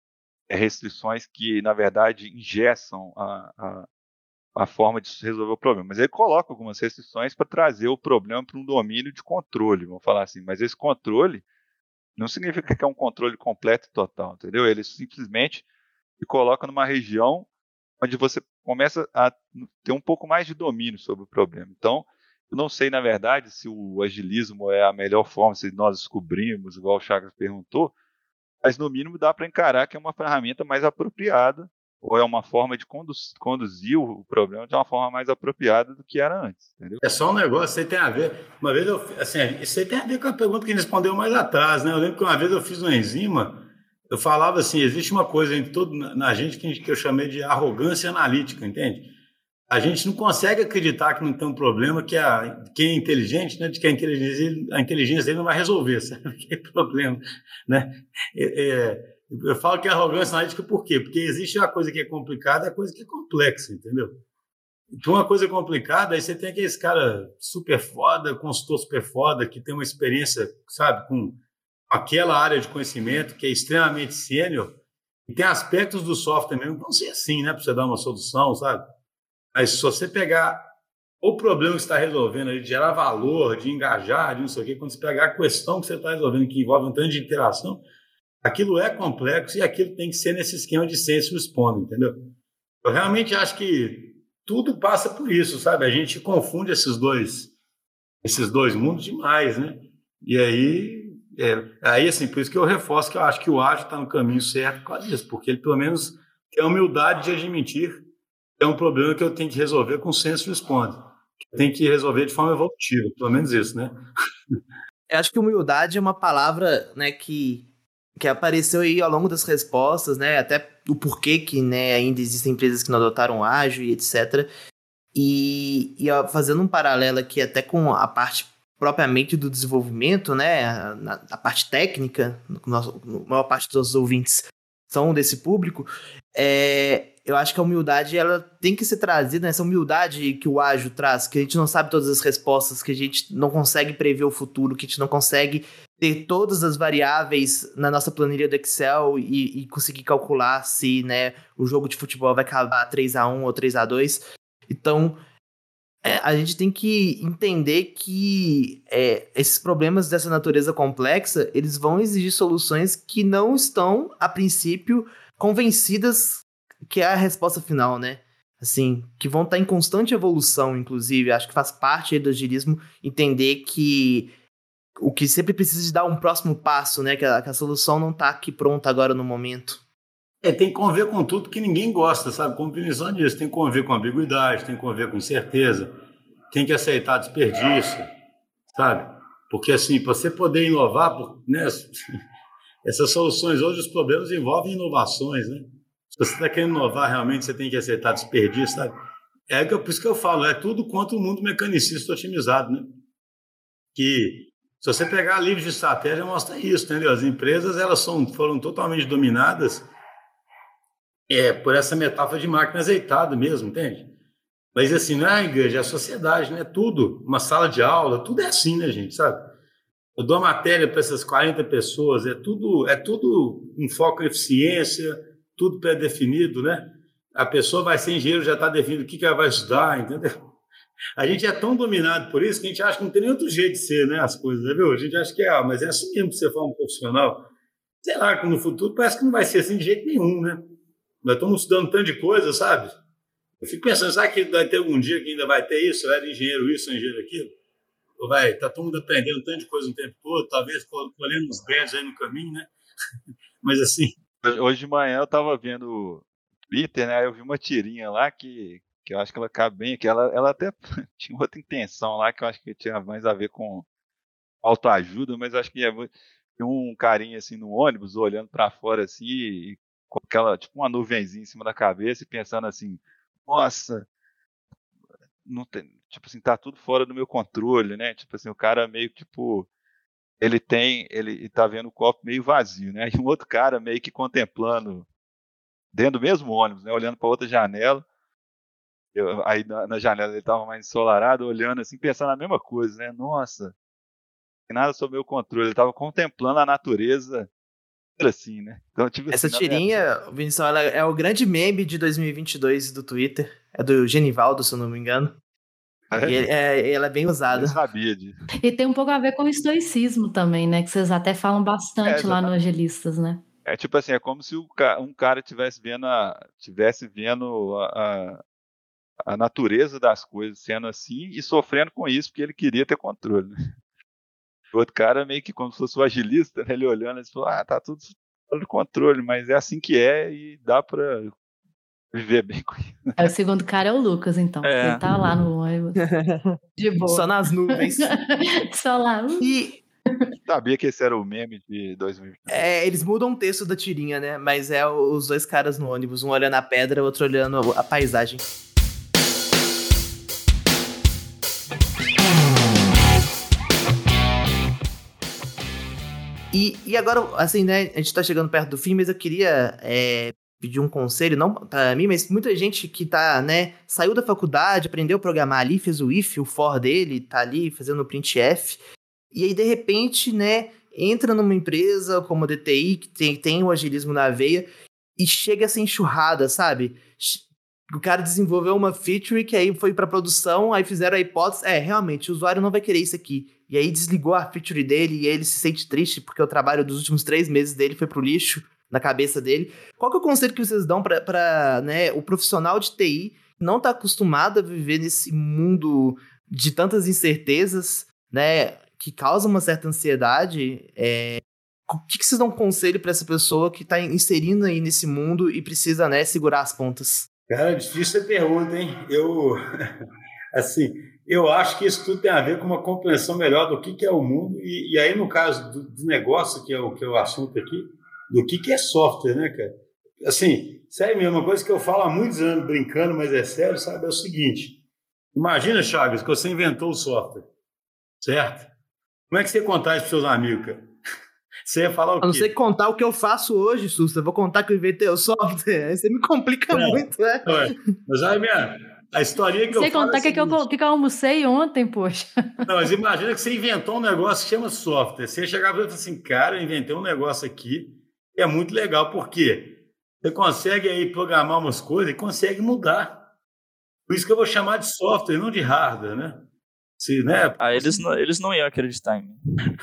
é, restrições que, na verdade, engessam a, a, a forma de resolver o problema, mas ele coloca algumas restrições para trazer o problema para um domínio de controle, vamos falar assim, mas esse controle não significa que é um controle completo e total, entendeu? Ele simplesmente se coloca numa região onde você começa a ter um pouco mais de domínio sobre o problema. Então, eu não sei, na verdade, se o agilismo é a melhor forma, se nós descobrimos, igual o Chagas perguntou, mas no mínimo dá para encarar que é uma ferramenta mais apropriada, ou é uma forma de conduzir, conduzir o problema de uma forma mais apropriada do que era antes, entendeu? É só um negócio, isso aí tem a ver. Uma vez eu, assim, isso aí tem a ver com a pergunta que a gente respondeu mais atrás, né? Eu lembro que uma vez eu fiz uma enzima, eu falava assim, existe uma coisa em todo, na gente que, que eu chamei de arrogância analítica, entende? A gente não consegue acreditar que não tem um problema que a, quem é inteligente, né, de que a inteligência, a inteligência dele não vai resolver, sabe? Que é problema, né? É, é, eu falo que é arrogância analítica por quê? Porque existe uma coisa que é complicada e a coisa que é complexa, entendeu? Então, uma coisa complicada, aí você tem aqueles cara super foda, consultor super foda, que tem uma experiência, sabe, com aquela área de conhecimento que é extremamente sênior, e tem aspectos do software mesmo que vão ser assim, né, para você dar uma solução, sabe? Mas se você pegar o problema que você está resolvendo, de gerar valor, de engajar, de não sei o quê, quando você pegar a questão que você está resolvendo, que envolve um tanto de interação, aquilo é complexo e aquilo tem que ser nesse esquema de sense response, entendeu? Eu realmente acho que tudo passa por isso, sabe? A gente confunde esses dois, esses dois mundos demais, né? E aí, é, aí, assim, por isso que eu reforço que eu acho que o ágil está no caminho certo por causa disso, porque ele, pelo menos, tem a humildade de admitir que é um problema que eu tenho que resolver com sense response. Tem que resolver de forma evolutiva, pelo menos isso, né? Eu acho que humildade é uma palavra, né, que, que apareceu aí ao longo das respostas, né, até o porquê que, né, ainda existem empresas que não adotaram ágil e etcétera. E, e ó, fazendo um paralelo aqui até com a parte propriamente do desenvolvimento, né, a, a parte técnica, nosso, a maior parte dos ouvintes são desse público, é, eu acho que a humildade ela tem que ser trazida, né? Essa humildade que o ágil traz, que a gente não sabe todas as respostas, que a gente não consegue prever o futuro, que a gente não consegue ter todas as variáveis na nossa planilha do Excel e, e conseguir calcular se, né, o jogo de futebol vai acabar três a um ou três a dois. Então, é, a gente tem que entender que é, esses problemas dessa natureza complexa, eles vão exigir soluções que não estão, a princípio, convencidas que é a resposta final, né? Assim, que vão estar em constante evolução, inclusive. Acho que faz parte aí do agilismo entender que o que sempre precisa de dar um próximo passo, né? Que a, que a solução não está aqui pronta agora no momento. É, tem que conviver com tudo que ninguém gosta, sabe? Como definição disso. Tem que conviver com ambiguidade, tem que conviver com incerteza, tem que aceitar desperdício, sabe? Porque, assim, para você poder inovar, né? Essas soluções hoje, os problemas envolvem inovações, né? Se você está querendo inovar, realmente você tem que aceitar desperdício, sabe? É por isso que eu falo, é tudo contra o mundo mecanicista otimizado, né? Que se você pegar livros de estratégia, mostra isso, entendeu? As empresas, elas são, foram totalmente dominadas é, por essa metáfora de máquina azeitada mesmo, entende? Mas assim, não é a igreja, é a sociedade, né? Tudo, uma sala de aula, tudo é assim, né, gente, sabe? Eu dou a matéria para essas quarenta pessoas, é tudo, é tudo um foco em eficiência, tudo pré-definido, né? A pessoa vai ser engenheiro, já está definido o que, que ela vai estudar, entendeu? A gente é tão dominado por isso que a gente acha que não tem nem outro jeito de ser, né? As coisas, viu? A gente acha que é, ah, mas é assim mesmo que você for um profissional. Sei lá, que no futuro parece que não vai ser assim de jeito nenhum, né? Nós estamos estudando tanto de coisa, sabe? Eu fico pensando, será que vai ter algum dia que ainda vai ter isso? Eu era engenheiro isso, engenheiro aquilo? Ou vai, tá todo mundo aprendendo um tanto de coisa o tempo todo, talvez colhendo uns badges aí no caminho, né? Mas assim... Hoje de manhã eu estava vendo o Twitter, né? Eu vi uma tirinha lá que, que eu acho que ela cabe bem, que ela, ela até tinha outra intenção lá, que eu acho que tinha mais a ver com autoajuda, mas eu acho que é um carinha assim no ônibus, olhando para fora assim, e com aquela, tipo uma nuvenzinha em cima da cabeça e pensando assim, nossa, não tem, tipo assim, tá tudo fora do meu controle, né? Tipo assim, o cara meio que, tipo, ele tem, ele tá vendo o copo meio vazio, né? E um outro cara meio que contemplando, dentro do mesmo ônibus, né? Olhando para outra janela. Eu, aí na, na janela ele tava mais ensolarado, olhando assim, pensando a mesma coisa, né? Nossa, não tem nada sob meu controle. Ele tava contemplando a natureza assim, né? Então, tipo Essa assim, tirinha, minha... Vinição, ela é o grande meme de dois mil e vinte e dois do Twitter. É do Genivaldo, se eu não me engano. É? E ele, é, ela é bem usada. Eu sabia disso. E tem um pouco a ver com o estoicismo também, né? Que vocês até falam bastante é, lá no Agilistas, né? É tipo assim, é como se o ca... um cara tivesse vendo a, tivesse vendo a, a, a natureza das coisas sendo assim e sofrendo com isso, porque ele queria ter controle, né? O outro cara meio que como se fosse o agilista, né? Ele olhando e falou, ah, tá tudo fora do controle, mas é assim que é e dá pra viver bem com isso. É, o segundo cara é o Lucas, então. É. Ele tá lá no ônibus. De boa. Só nas nuvens. Só lá. E... Sabia que esse era o meme de dois mil e vinte. É, eles mudam o texto da tirinha, né? Mas é os dois caras no ônibus, um olhando a pedra, o outro olhando a paisagem. E, e agora, assim, né? A gente tá chegando perto do fim, mas eu queria é, pedir um conselho, não pra mim, mas muita gente que tá, né? Saiu da faculdade, aprendeu a programar ali, fez o if, o for dele, tá ali fazendo o printf. E aí, de repente, né, entra numa empresa como a D T I, que tem, tem o agilismo na veia, e chega essa enxurrada, sabe? O cara desenvolveu uma feature que aí foi pra produção, aí fizeram a hipótese, é, realmente, o usuário não vai querer isso aqui. E aí desligou a feature dele e ele se sente triste porque o trabalho dos últimos três meses dele foi pro lixo, na cabeça dele. Qual que é o conselho que vocês dão pra, pra né, o profissional de T I que não tá acostumado a viver nesse mundo de tantas incertezas, né, que causa uma certa ansiedade? É... O que, que vocês dão um conselho para essa pessoa que está inserindo aí nesse mundo e precisa, né, segurar as pontas? Cara, difícil a pergunta, hein? Eu, assim, eu acho que isso tudo tem a ver com uma compreensão melhor do que, que é o mundo e, e aí, no caso do, do negócio, que é, o, que é o assunto aqui, do que, que é software, né, cara? Assim, sério mesmo, uma coisa que eu falo há muitos anos brincando, mas é sério, sabe? É o seguinte, imagina, Chagas, que você inventou o software, certo? Como é que você ia contar isso para seus amigos, cara? Você ia falar o quê? Eu não sei contar o que eu faço hoje, Susta. Eu vou contar que eu inventei o software. Aí você me complica é, muito, né? É. Mas aí, minha, a historinha que você eu falo contar é que, que, eu, que, que eu almocei ontem, poxa. Não, mas imagina que você inventou um negócio que chama software. Você ia chegar e falar assim, cara, eu inventei um negócio aqui que é muito legal. Por quê? Você consegue aí programar umas coisas e consegue mudar. Por isso que eu vou chamar de software, não de hardware, né? Se, né? Ah, eles não, eles não iam acreditar em mim.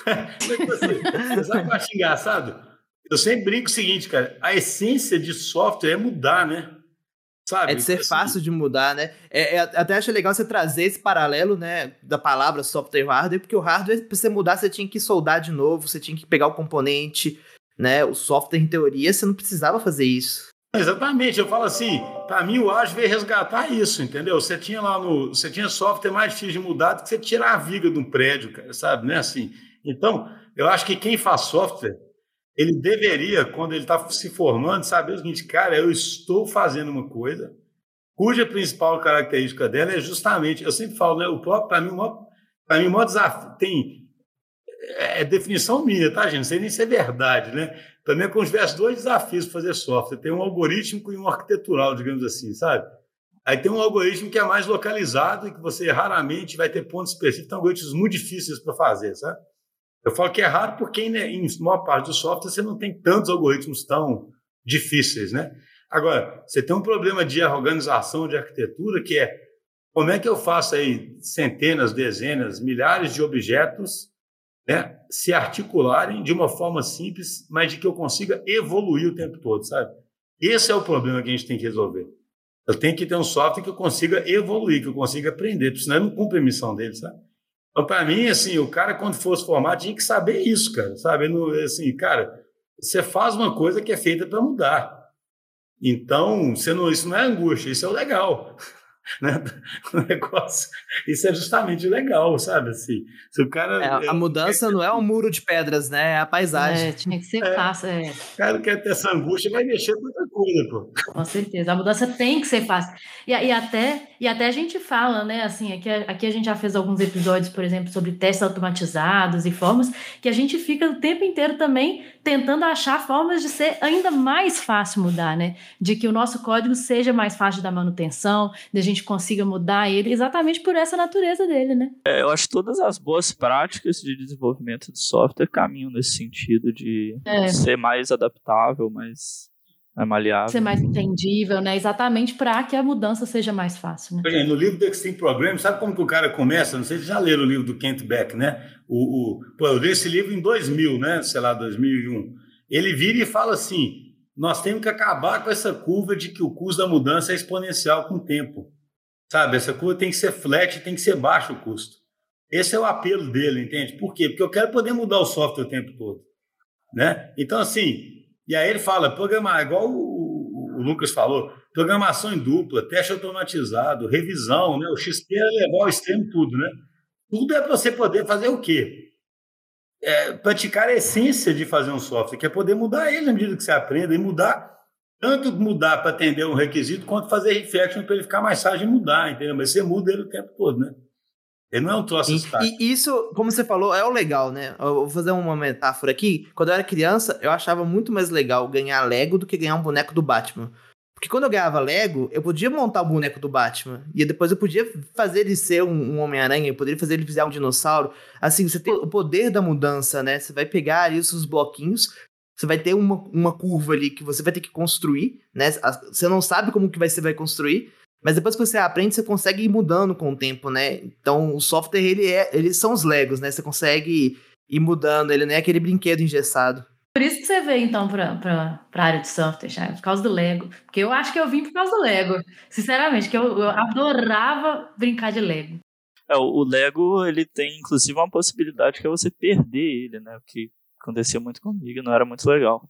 Você sabe o que eu acho engraçado? Eu sempre brinco o seguinte, cara, a essência de software é mudar, né? Sabe? É de ser assim, fácil de mudar, né? É, é, até acho legal você trazer esse paralelo, né, da palavra software e hardware, porque o hardware, pra você mudar, você tinha que soldar de novo, você tinha que pegar o componente, né? O software, em teoria, você não precisava fazer isso. Exatamente, eu falo assim, para mim o ágil veio resgatar isso, entendeu? Você tinha lá no, você tinha software mais difícil de mudar do que você tirar a viga de um prédio, cara, sabe, né, assim. Então, eu acho que quem faz software, ele deveria, quando ele está se formando, saber o seguinte, cara, eu estou fazendo uma coisa cuja principal característica dela é justamente, eu sempre falo, né, o próprio, para mim, o maior, para mim, o maior desafio, tem, é definição minha, tá, gente? Não sei nem se é verdade, né? Para mim é como se tivesse dois desafios para fazer software. Tem um algorítmico e um arquitetural, digamos assim, sabe? Aí tem um algoritmo que é mais localizado e que você raramente vai ter pontos específicos, tem algoritmos muito difíceis para fazer, sabe? Eu falo que é raro porque, né, em maior parte do software você não tem tantos algoritmos tão difíceis, né? Agora, você tem um problema de organização, de arquitetura, que é como é que eu faço aí centenas, dezenas, milhares de objetos, né, se articularem de uma forma simples, mas de que eu consiga evoluir o tempo todo, sabe? Esse é o problema que a gente tem que resolver. Eu tenho que ter um software que eu consiga evoluir, que eu consiga aprender, porque senão eu não cumpro a missão dele, sabe? Então, para mim, assim, o cara, quando fosse formar, tinha que saber isso, cara, sabe? Não, assim, cara, você faz uma coisa que é feita para mudar. Então, você não, isso não é angústia, isso é o legal. Né? O negócio, isso é justamente legal, sabe? Assim, se o cara, é, a mudança não é um muro de pedras, né? É a paisagem. É, tinha que ser é, fácil. É. O cara quer ter essa angústia, vai mexer com outra coisa, pô. Com certeza, a mudança tem que ser fácil. E, e, até, e até a gente fala, né? Assim, aqui, aqui a gente já fez alguns episódios, por exemplo, sobre testes automatizados e formas que a gente fica o tempo inteiro também tentando achar formas de ser ainda mais fácil mudar, né? De que o nosso código seja mais fácil da manutenção, de a gente consiga mudar ele exatamente por essa natureza dele, né? É, eu acho que todas as boas práticas de desenvolvimento de software caminham nesse sentido de é. ser mais adaptável, mais é maleável. Ser mais entendível, né? Exatamente para que a mudança seja mais fácil, né? No livro do Extreme Program, sabe como que o cara começa? Não sei se já leram o livro do Kent Beck, né? O, o, pô, eu li esse livro em dois mil, né? Sei lá, dois mil e um. Ele vira e fala assim, nós temos que acabar com essa curva de que o custo da mudança é exponencial com o tempo. Sabe? Essa curva tem que ser flat, tem que ser baixo o custo. Esse é o apelo dele, entende? Por quê? Porque eu quero poder mudar o software o tempo todo. Né? Então, assim... E aí ele fala, programar, igual o, o, o Lucas falou, programação em dupla, teste automatizado, revisão, né? O X P é levar ao extremo tudo, né? Tudo é para você poder fazer o quê? É, praticar a essência de fazer um software, que é poder mudar ele à medida que você aprenda, e mudar, tanto mudar para atender um requisito, quanto fazer reflection para ele ficar mais fácil de mudar, entendeu? Mas você muda ele o tempo todo, né? Ele não é um troço estático. E isso, como você falou, é o legal, né? Eu vou fazer uma metáfora aqui. Quando eu era criança, eu achava muito mais legal ganhar Lego do que ganhar um boneco do Batman. Porque quando eu ganhava Lego, eu podia montar o boneco do Batman. E depois eu podia fazer ele ser um, um Homem-Aranha, eu poderia fazer ele virar um dinossauro. Assim, você tem o poder da mudança, né? Você vai pegar ali os seus bloquinhos, você vai ter uma, uma curva ali que você vai ter que construir, né? Você não sabe como que você vai construir, mas depois que você aprende, você consegue ir mudando com o tempo, né? Então, o software, ele é, eles são os Legos, né? Você consegue ir mudando, ele não é aquele brinquedo engessado. Por isso que você veio, então, para a área de software, já, por causa do Lego. Porque eu acho que eu vim por causa do Lego. Sinceramente, que eu, eu adorava brincar de Lego. É, o Lego, ele tem, inclusive, uma possibilidade que é você perder ele, né? O que acontecia muito comigo, não era muito legal.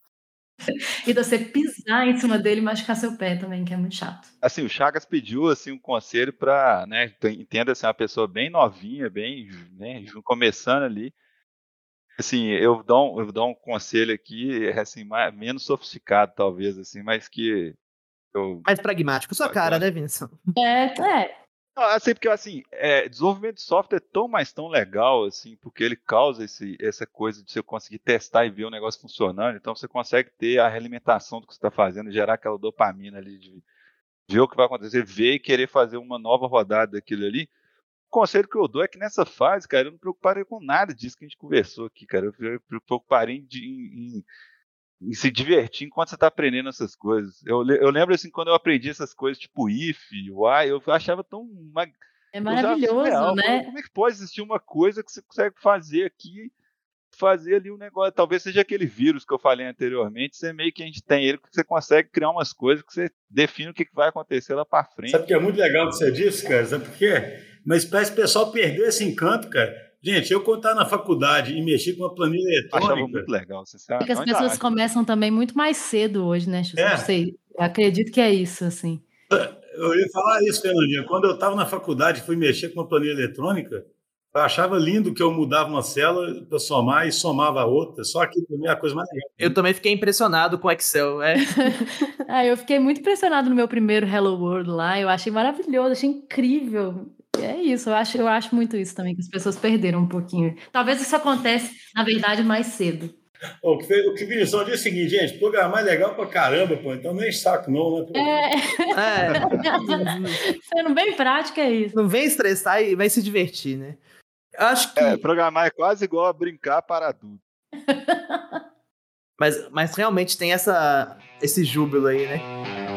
E você pisar em cima dele e machucar seu pé também, que é muito chato. Assim, o Chagas pediu assim, um conselho para, né, entenda assim, uma pessoa bem novinha, bem, né, começando ali. Assim, eu dou, um, eu dou um conselho aqui, assim, mais, menos sofisticado, talvez, assim, mas que... Eu... Mais pragmático, sua cara, né, Vinícius? É, é. Não, assim, porque, assim, é, desenvolvimento de software é tão, mais tão legal, assim, porque ele causa esse, essa coisa de você conseguir testar e ver o negócio funcionando, então você consegue ter a realimentação do que você está fazendo, gerar aquela dopamina ali, de ver o que vai acontecer, ver e querer fazer uma nova rodada daquilo ali. O conselho que eu dou é que nessa fase, cara, eu não me preocuparia com nada disso que a gente conversou aqui, cara, eu me preocuparia em, em, em se divertir enquanto você está aprendendo essas coisas. Eu, eu lembro, assim, quando eu aprendi essas coisas, tipo if, why, eu achava tão... Uma, é maravilhoso, real, né? Como é que pode existir uma coisa que você consegue fazer aqui, fazer ali um negócio, talvez seja aquele vírus que eu falei anteriormente, você meio que a gente tem ele, que você consegue criar umas coisas que você define o que vai acontecer lá para frente. Sabe o que é muito legal que você disse, cara? Sabe por quê? Mas parece que o pessoal perdeu esse encanto, cara. Gente, eu quando estava na faculdade e mexi com uma planilha eletrônica... Achava muito legal, sinceramente. Porque as pessoas acho. começam também muito mais cedo hoje, né? Eu, é. sei, eu acredito que é isso, assim. Eu ia falar isso, Fernandinha. Quando eu estava na faculdade e fui mexer com uma planilha eletrônica, eu achava lindo que eu mudava uma célula para somar e somava a outra. Só que para mim é a coisa mais legal. Eu também fiquei impressionado com o Excel, é. ah, eu fiquei muito impressionado no meu primeiro Hello World lá. Eu achei maravilhoso, achei incrível. É isso, eu acho, eu acho muito isso também, que as pessoas perderam um pouquinho. Talvez isso acontece, na verdade, mais cedo. O que, o que o Vinícius disse é o seguinte, gente, programar é legal pra caramba, pô, então nem saco não, né? É. é. Sendo bem prático, é isso. Não vem estressar e vai se divertir, né? Eu acho que... É, programar é quase igual a brincar para adulto. mas, mas realmente tem essa, esse júbilo aí, né?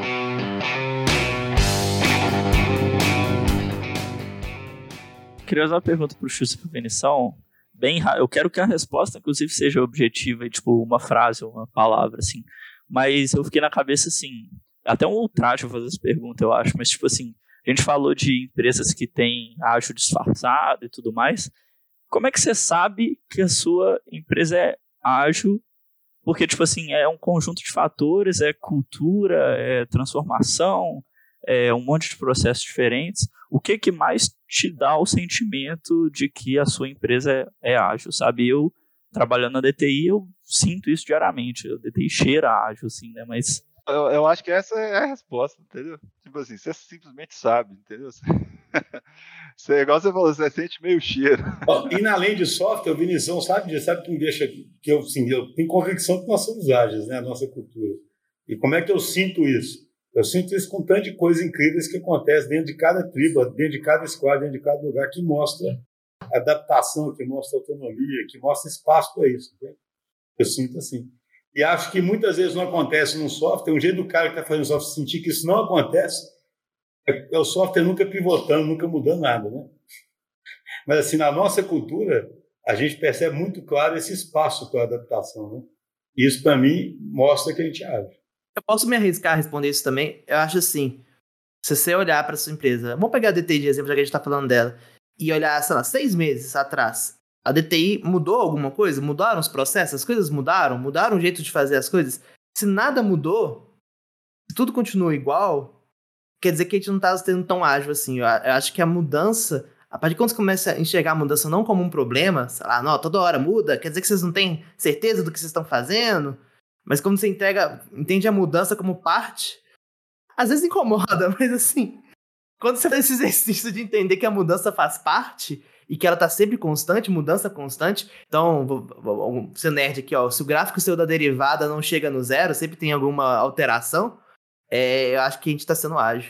Queria fazer uma pergunta pro Xuxa e pro Vinição, bem rápido. Eu quero que a resposta, inclusive, seja objetiva, e, tipo, uma frase, uma palavra, assim. Mas eu fiquei na cabeça, assim, até um ultraje fazer essa pergunta, eu acho, mas tipo assim, a gente falou de empresas que têm ágil disfarçado e tudo mais. Como é que você sabe que a sua empresa é ágil? Porque, tipo assim, é um conjunto de fatores, é cultura, é transformação, é um monte de processos diferentes. O que que mais te dá o sentimento de que a sua empresa é, é ágil, sabe? Eu, trabalhando na D T I, eu sinto isso diariamente. A D T I cheira ágil, assim, né? Mas... Eu, eu acho que essa é a resposta, entendeu? Tipo assim, você simplesmente sabe, entendeu? Você, igual você falou, você sente meio cheiro. E na além de software, o Vinição sabe disso, sabe que me deixa, que eu, assim, eu tenho convicção que nós somos ágeis, né, a nossa cultura. E como é que eu sinto isso? Eu sinto isso com tanto de coisas incríveis que acontecem dentro de cada tribo, dentro de cada squad, dentro de cada lugar, que mostra adaptação, que mostra autonomia, que mostra espaço para isso. Entende? Eu sinto assim. E acho que muitas vezes não acontece no software, um jeito do cara que está fazendo software sentir que isso não acontece, é o software nunca pivotando, nunca mudando nada, né? Mas, assim, na nossa cultura, a gente percebe muito claro esse espaço para adaptação, né? E isso, para mim, mostra que a gente age. Eu posso me arriscar a responder isso também? Eu acho assim, se você olhar para sua empresa, vamos pegar a D T I de exemplo, já que a gente está falando dela, e olhar, sei lá, seis meses atrás, a D T I mudou alguma coisa? Mudaram os processos? As coisas mudaram? Mudaram o jeito de fazer as coisas? Se nada mudou, se tudo continua igual... Quer dizer que a gente não está sendo tão ágil assim. Eu acho que a mudança, a partir de quando você começa a enxergar a mudança não como um problema, sei lá, não, toda hora muda, quer dizer que vocês não têm certeza do que vocês estão fazendo, mas quando você entrega, entende a mudança como parte, às vezes incomoda, mas assim, quando você faz esse exercício de entender que a mudança faz parte e que ela está sempre constante, mudança constante, então, vou, vou, vou ser nerd aqui, ó, se o gráfico seu da derivada não chega no zero, sempre tem alguma alteração, É, eu acho que a gente está sendo ágil.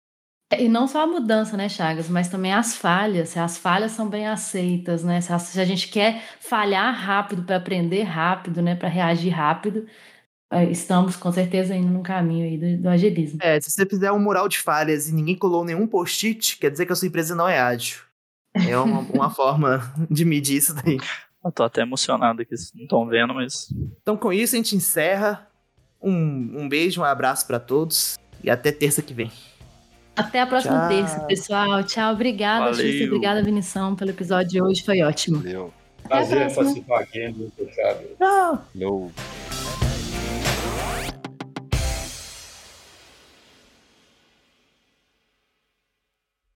E não só a mudança, né, Chagas, mas também as falhas. Se as falhas são bem aceitas, né? Se a, se a gente quer falhar rápido para aprender rápido, né, para reagir rápido, estamos com certeza indo num caminho aí do, do agilismo. É, se você fizer um mural de falhas e ninguém colou nenhum post-it, quer dizer que a sua empresa não é ágil. É uma, uma forma de medir isso daí. Eu tô até emocionado aqui, vocês não estão vendo, mas... Então, com isso, a gente encerra. Um, um beijo, um abraço para todos e até terça que vem. Até a próxima Tchau. terça, pessoal. Tchau, obrigada, Xuxa. Obrigada, Vinição, pelo episódio de hoje. Foi ótimo. Valeu. Prazer participar aqui. Muito obrigado. Tchau. Falou.